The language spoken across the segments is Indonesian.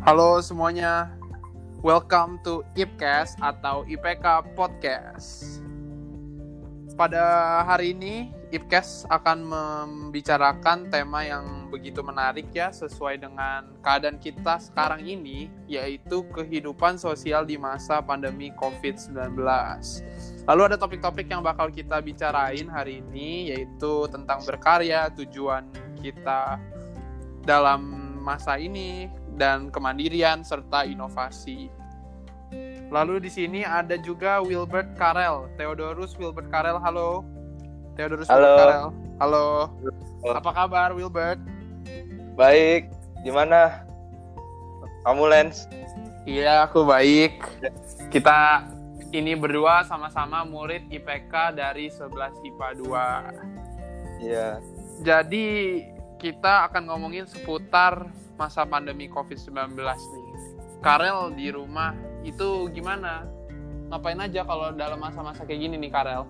Halo semuanya, welcome to IPCast atau IPK Podcast. Pada hari ini, IPCast akan membicarakan tema yang begitu menarik ya, sesuai dengan keadaan kita sekarang ini, yaitu kehidupan sosial di masa pandemi COVID-19. Lalu ada topik-topik yang bakal kita bicarain hari ini, yaitu tentang berkarya, tujuan kita dalam masa ini, dan kemandirian serta inovasi. Lalu di sini ada juga Wilbert Karel, Theodorus Wilbert Karel. Halo. Theodorus Wilbert Karel. Halo. Apa kabar Wilbert? Baik. Gimana? Kamu Lens? Iya, aku baik. Kita ini berdua sama-sama murid IPK dari 11 IPA 2. Iya. Jadi kita akan ngomongin seputar masa pandemi COVID-19 nih. Karel di rumah itu gimana? Ngapain aja kalau dalam masa-masa kayak gini nih Karel?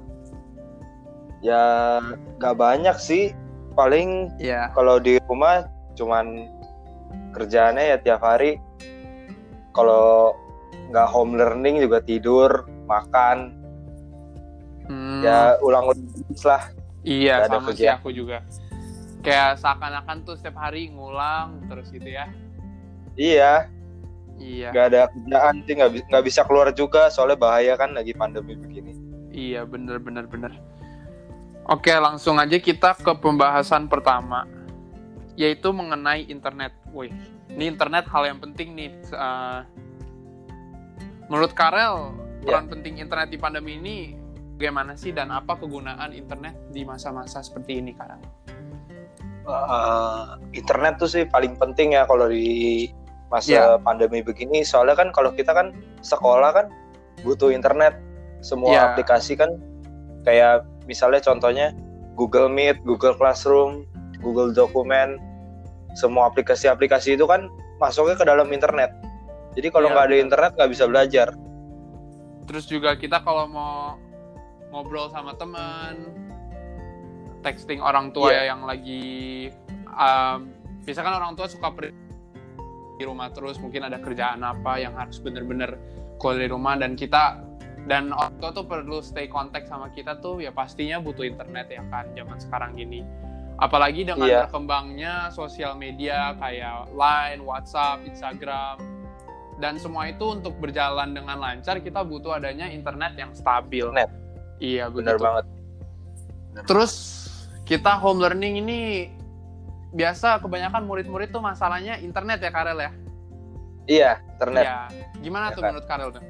Ya gak banyak sih. Paling kalau di rumah cuman kerjaannya ya tiap hari. Kalau gak home learning juga tidur, makan. Ya ulang-ulang lah. Iya, sama sih aku juga. Kayak seakan-akan tuh setiap hari ngulang terus gitu ya. Iya. Gak ada kerjaan sih, gak bisa keluar juga soalnya bahaya kan lagi pandemi begini. Iya, bener. Oke, langsung aja kita ke pembahasan pertama, yaitu mengenai internet. Wih, ini internet hal yang penting nih. Menurut Karel, peran penting internet di pandemi ini bagaimana sih, dan apa kegunaan internet di masa-masa seperti ini, Karel? Internet tuh sih paling penting ya kalau di masa pandemi begini, soalnya kan kalau kita kan sekolah kan butuh internet, semua aplikasi kan kayak misalnya contohnya Google Meet, Google Classroom, Google Dokumen, semua aplikasi-aplikasi itu kan masuknya ke dalam internet. Jadi kalau nggak ada internet nggak bisa belajar. Terus juga kita kalau mau ngobrol sama teman, texting orang tua yang lagi biasa kan orang tua suka di rumah terus, mungkin ada kerjaan apa yang harus bener-bener keluar dari rumah, dan orang tua tuh perlu stay contact sama kita tuh, ya pastinya butuh internet ya kan zaman sekarang gini. Apalagi dengan berkembangnya sosial media kayak Line, WhatsApp, Instagram, dan semua itu untuk berjalan dengan lancar kita butuh adanya internet yang stabil. Iya, benar banget. Terus kita home learning ini biasa kebanyakan murid-murid tuh masalahnya internet ya Karel ya? Iya, internet. Ya, gimana tuh menurut Karel tuh?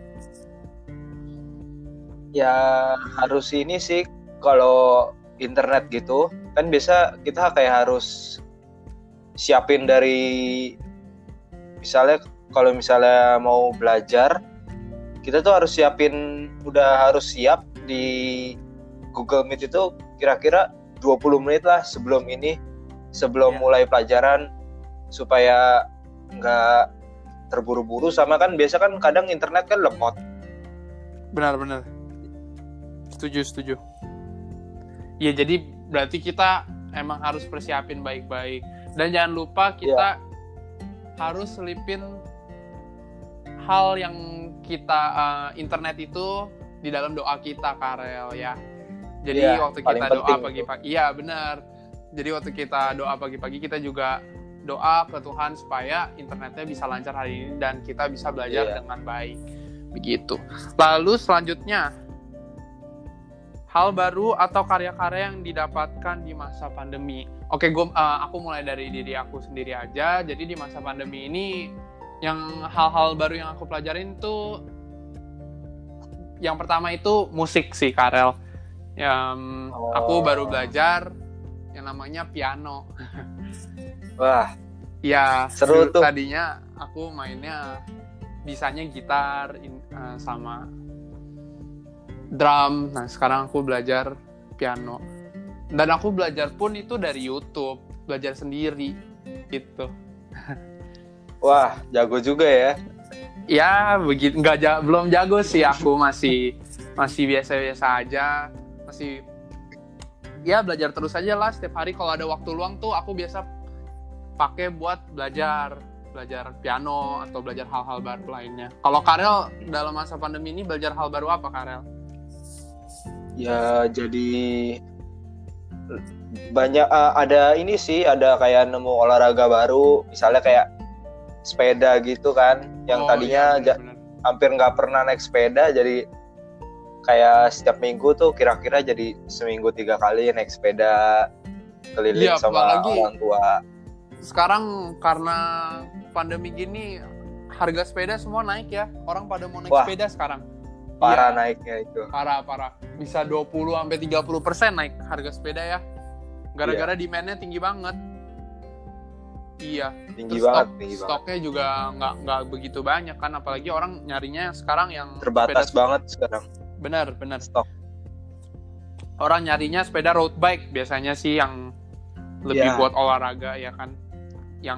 Ya harus ini sih, kalau internet gitu kan biasa kita kayak harus siapin dari, misalnya kalau misalnya mau belajar kita tuh harus harus siap di Google Meet itu kira-kira 20 menit lah sebelum mulai pelajaran, supaya nggak terburu-buru, sama kan biasa kan kadang internet kan lemot. Benar. Setuju. Ya, jadi berarti kita emang harus persiapin baik-baik, dan jangan lupa kita harus selipin hal yang kita internet itu di dalam doa kita Karel ya. Jadi waktu kita doa pagi-pagi, iya benar. Jadi waktu kita doa pagi-pagi kita juga doa ke Tuhan supaya internetnya bisa lancar hari ini dan kita bisa belajar dengan baik. Begitu. Lalu selanjutnya, hal baru atau karya-karya yang didapatkan di masa pandemi. Oke, aku mulai dari diri aku sendiri aja. Jadi di masa pandemi ini, yang hal-hal baru yang aku pelajarin tuh, yang pertama itu musik sih Karel. Aku baru belajar yang namanya piano. Wah, ya seru tuh. Tadinya aku mainnya bisanya gitar sama drum. Nah sekarang aku belajar piano, dan aku belajar pun itu dari YouTube, belajar sendiri gitu. Wah, jago juga ya. Ya begitu, belum jago sih, aku masih biasa-biasa aja, masih ya belajar terus aja lah. Setiap hari kalau ada waktu luang tuh aku biasa pakai buat belajar belajar piano atau belajar hal-hal baru lainnya. Kalau Karel dalam masa pandemi ini belajar hal baru apa, Karel? Ya jadi banyak ada ini sih, ada kayak nemu olahraga baru, misalnya kayak sepeda gitu kan, yang tadinya bener. hampir nggak pernah naik sepeda, jadi kayak setiap minggu tuh kira-kira jadi seminggu 3 kali naik sepeda keliling sama orang tua. Sekarang karena pandemi gini harga sepeda semua naik ya, orang pada mau naik sepeda sekarang. Parah naiknya itu. Parah. Bisa 20-30% naik harga sepeda ya. Gara-gara demand-nya tinggi banget. Iya. Tinggi banget. Stoknya juga nggak begitu banyak kan, apalagi orang nyarinya sekarang yang terbatas banget sekarang. Benar. Stok. Orang nyarinya sepeda road bike biasanya sih yang lebih buat olahraga ya kan. Yang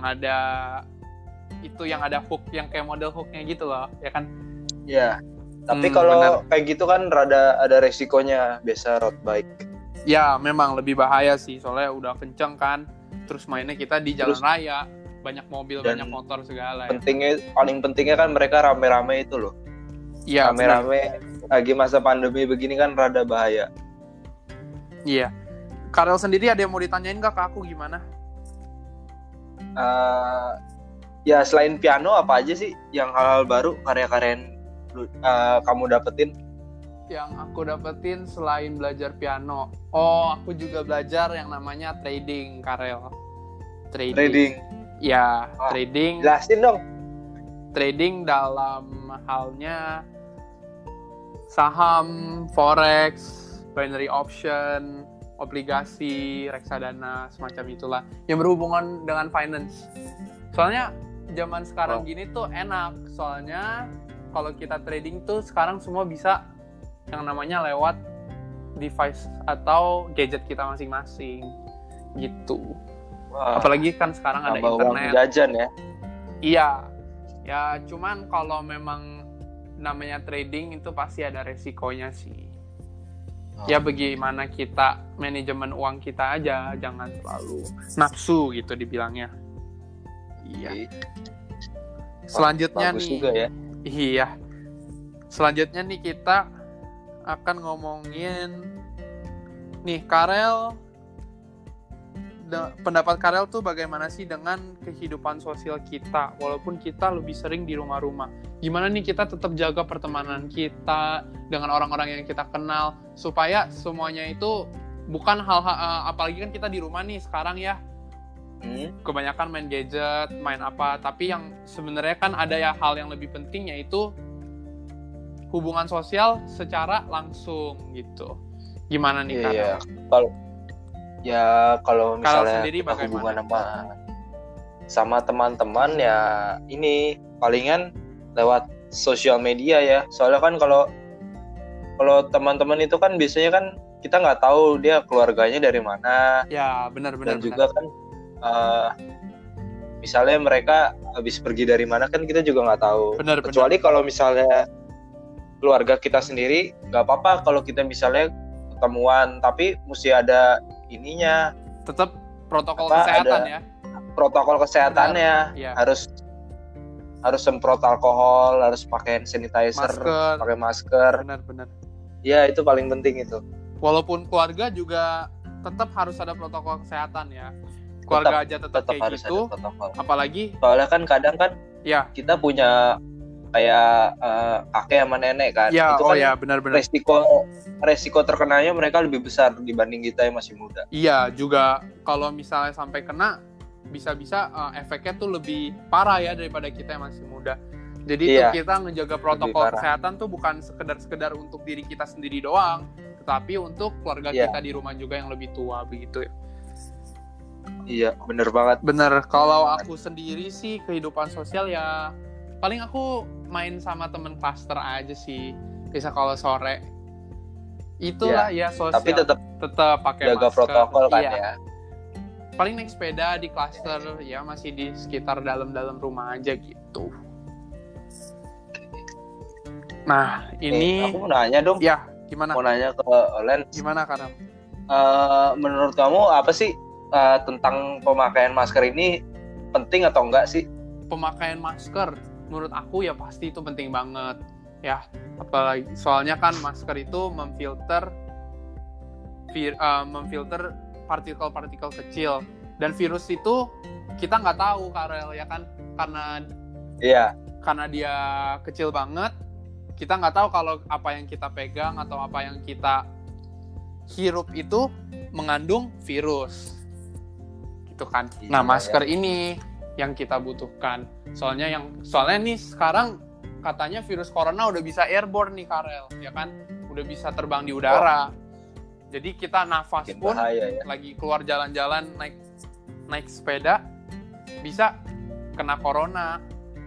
ada hook, yang kayak model hooknya gitu loh, ya kan? Iya. Tapi kalau kayak gitu kan rada ada resikonya biasa road bike. Ya, memang lebih bahaya sih, soalnya udah kenceng kan. Terus mainnya kita di jalan raya, banyak mobil, banyak motor segala. Paling pentingnya kan mereka rame-rame itu loh. Iya, rame-rame lagi masa pandemi begini kan rada bahaya. Iya. Karel sendiri ada yang mau ditanyain gak ke aku gimana? Ya selain piano apa aja sih yang hal-hal baru karya-karya yang kamu dapetin? Yang aku dapetin selain belajar piano, aku juga belajar yang namanya trading, Karel. Trading? Ya, trading. Jelasin dong. Trading dalam halnya saham, forex, binary option, obligasi, reksadana, semacam itulah yang berhubungan dengan finance. Soalnya zaman sekarang gini tuh enak, soalnya kalau kita trading tuh sekarang semua bisa yang namanya lewat device atau gadget kita masing-masing gitu. Apalagi kan sekarang ada internet. Jajan ya? Iya. Ya cuman kalau memang namanya trading itu pasti ada resikonya sih. Ya bagaimana kita manajemen uang kita aja, jangan terlalu nafsu gitu dibilangnya. Iya. Selanjutnya bagus nih. Juga ya. Iya. Selanjutnya nih kita akan ngomongin nih Karel. Pendapat Karel tuh bagaimana sih dengan kehidupan sosial kita walaupun kita lebih sering di rumah-rumah. Gimana nih kita tetap jaga pertemanan kita dengan orang-orang yang kita kenal supaya semuanya itu bukan hal-hal apalagi kan kita di rumah nih sekarang ya. Kebanyakan main gadget, main apa, tapi yang sebenarnya kan ada ya hal yang lebih penting yaitu hubungan sosial secara langsung gitu. Gimana nih Karel? Kalau misalnya kita hubungan sama teman-teman ya ini palingan lewat sosial media ya. Soalnya kan kalau teman-teman itu kan biasanya kan kita nggak tahu dia keluarganya dari mana. Ya benar. Dan juga kan misalnya mereka habis pergi dari mana kan kita juga nggak tahu. Kecuali kalau misalnya keluarga kita sendiri nggak apa-apa kalau kita misalnya ketemuan, tapi mesti ada ininya, tetap protokol kesehatan ya. Protokol kesehatannya harus semprot alkohol, harus pakai hand sanitizer, pakai masker. Benar. Ya itu paling penting itu. Walaupun keluarga juga tetap harus ada protokol kesehatan ya. Keluarga aja tetap kayak harus gitu. Apalagi soalnya kan kadang kan kita punya kayak kakek sama nenek kan. Ya, itu kan benar. Resiko terkenanya mereka lebih besar dibanding kita yang masih muda. Iya, juga kalau misalnya sampai kena bisa-bisa efeknya tuh lebih parah ya daripada kita yang masih muda. Jadi tuh kita ngejaga protokol kesehatan tuh bukan sekedar untuk diri kita sendiri doang, tetapi untuk keluarga kita di rumah juga yang lebih tua begitu ya. Iya, bener banget. Bener, kalau aku sendiri sih kehidupan sosial ya paling aku main sama temen klaster aja sih. Bisa kalau sore. Itulah ya sosial. Tapi tetap pakai jaga masker. Protokol kan ya. Paling naik sepeda di klaster ya masih di sekitar dalam rumah aja gitu. Nah, ini aku mau nanya dong. Ya, gimana? Mau nanya ke Olen. Gimana, Karel? Menurut kamu apa sih tentang pemakaian masker ini penting atau enggak sih? pemakaian masker menurut aku ya pasti itu penting banget ya, apalagi soalnya kan masker itu memfilter partikel-partikel kecil, dan virus itu kita nggak tahu Karel ya kan, karena dia kecil banget, kita nggak tahu kalau apa yang kita pegang atau apa yang kita hirup itu mengandung virus gitu kan. Nah, masker ini yang kita butuhkan. Soalnya nih sekarang katanya virus corona udah bisa airborne nih Karel, ya kan? Udah bisa terbang di udara. Jadi kita nafas pun bahaya, ya? Lagi keluar jalan-jalan naik sepeda bisa kena corona.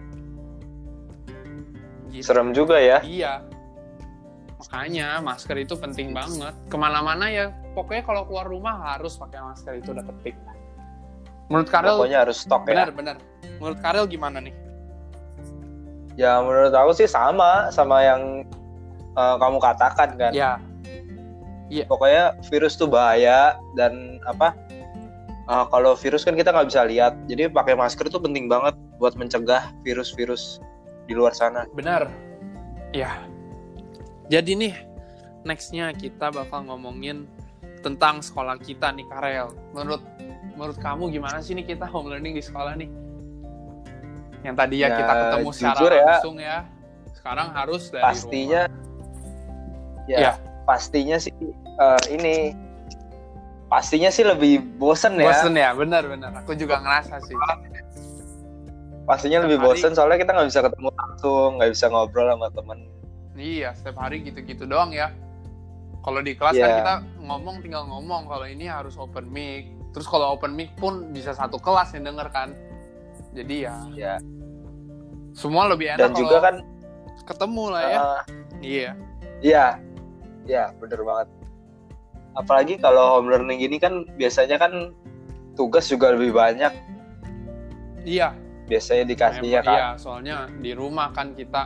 Gitu. Serem juga ya. Iya. Makanya masker itu penting banget. Kemana-mana ya, pokoknya kalau keluar rumah harus pakai masker, itu udah penting. Menurut Karel, pokoknya harus stok ya. Benar. Menurut Karel gimana nih? Ya menurut aku sih sama yang kamu katakan kan. Ya. Iya. Pokoknya virus tuh bahaya, dan kalau virus kan kita nggak bisa lihat. Jadi pakai masker tuh penting banget buat mencegah virus-virus di luar sana. Benar. Ya. Jadi nih, next-nya kita bakal ngomongin tentang sekolah kita nih Karel. Menurut kamu gimana sih nih kita home learning di sekolah nih? Yang tadi ya kita ketemu secara langsung ya. Sekarang harus dari pastinya, rumah. Pastinya sih pastinya sih lebih bosen ya. Bosen ya, benar. Aku juga ngerasa sih. Pastinya lebih bosen soalnya kita nggak bisa ketemu langsung, nggak bisa ngobrol sama temen. Iya, setiap hari gitu-gitu doang ya. Kalau di kelas kan kita tinggal ngomong kalau ini harus open mic. Terus kalau open mic pun bisa satu kelas yang denger kan. Jadi ya. Semua lebih enak dan juga kan ketemu lah ya. Iya, bener banget. Apalagi kalau home learning gini kan biasanya kan tugas juga lebih banyak. Iya. Biasanya dikasihnya kan. Iya, soalnya di rumah kan kita.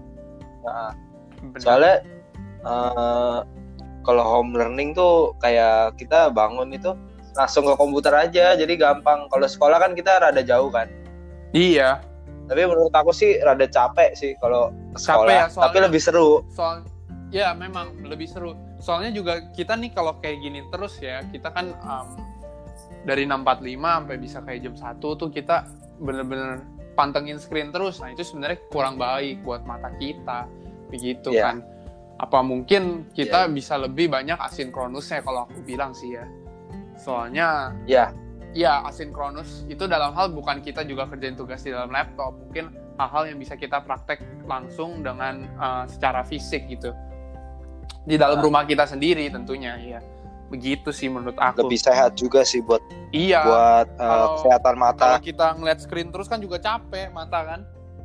Soalnya kalau home learning tuh kayak kita bangun itu langsung ke komputer aja, jadi gampang. Kalau sekolah kan kita rada jauh kan. Iya. Tapi menurut aku sih rada capek sih kalau sekolah. Ya, tapi lebih seru. Ya memang lebih seru. Soalnya juga kita nih kalau kayak gini terus ya, kita kan dari 6.45 sampai bisa kayak jam 1 tuh kita bener-bener pantengin screen terus. Nah itu sebenarnya kurang baik buat mata kita, begitu kan. Apa mungkin kita bisa lebih banyak asinkronusnya kalau aku bilang sih ya. Soalnya asinkronus itu dalam hal bukan kita juga kerjain tugas di dalam laptop, mungkin hal-hal yang bisa kita praktek langsung dengan secara fisik gitu di dalam rumah kita sendiri tentunya ya. Begitu sih menurut aku. Lebih sehat juga sih buat kesehatan mata. Kalau kita ngeliat screen terus kan juga capek mata kan.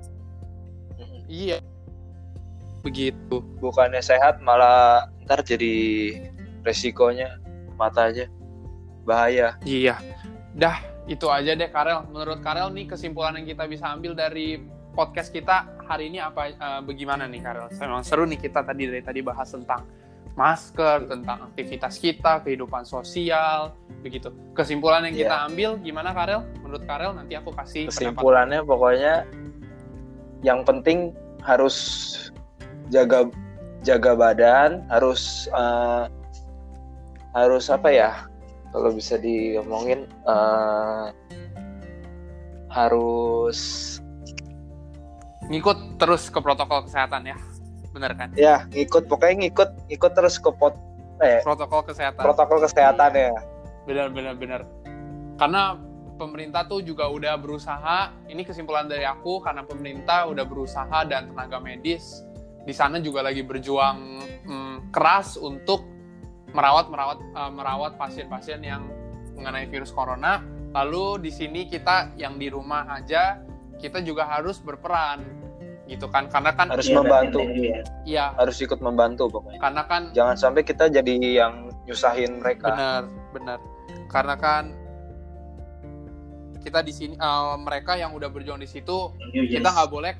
Iya. Begitu. Bukannya sehat malah ntar jadi resikonya mata aja bahaya. Iya. Dah, itu aja deh Karel. Menurut Karel nih kesimpulan yang kita bisa ambil dari podcast kita hari ini apa bagaimana nih Karel? Memang seru nih kita dari tadi bahas tentang masker, tentang aktivitas kita, kehidupan sosial, begitu. Kesimpulan yang kita ambil gimana Karel? Menurut Karel nanti aku kasih kesimpulannya pendapat. Pokoknya yang penting harus jaga badan, harus apa ya? Kalau bisa diomongin harus ngikut terus ke protokol kesehatan ya. Benar kan? Ya, pokoknya ngikut terus ke protokol kesehatan. Protokol kesehatan ya. Benar. Karena pemerintah tuh juga udah berusaha, ini kesimpulan dari aku, karena pemerintah udah berusaha dan tenaga medis di sana juga lagi berjuang keras untuk merawat pasien-pasien yang mengenai virus corona. Lalu di sini kita yang di rumah aja, kita juga harus berperan gitu kan, karena kan harus membantu. Iya. Harus ikut membantu pokoknya. Karena kan jangan sampai kita jadi yang nyusahin mereka. Benar. Karena kan kita di sini mereka yang udah berjuang di situ, kita nggak boleh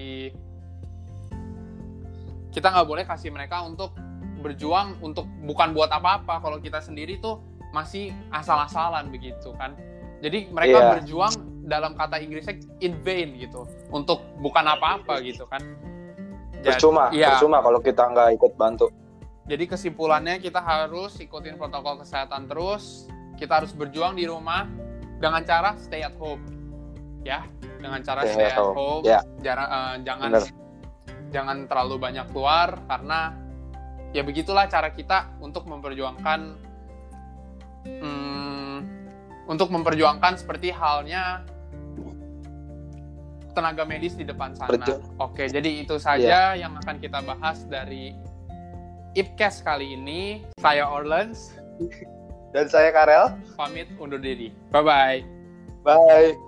kasih mereka untuk berjuang untuk bukan buat apa-apa. Kalau kita sendiri tuh masih asal-asalan begitu kan. Jadi mereka berjuang dalam kata Inggrisnya in vain gitu, untuk bukan apa-apa gitu kan. Percuma kalau kita nggak ikut bantu. Jadi kesimpulannya kita harus ikutin protokol kesehatan terus, kita harus berjuang di rumah dengan cara stay at home, ya, dengan cara stay at home, ya. Jangan terlalu banyak keluar, karena ya begitulah cara kita untuk memperjuangkan seperti halnya tenaga medis di depan sana. Oke, jadi itu saja yang akan kita bahas dari Ipcast kali ini. Saya Orlens dan saya Karel. Pamit undur diri. Bye-bye. Bye.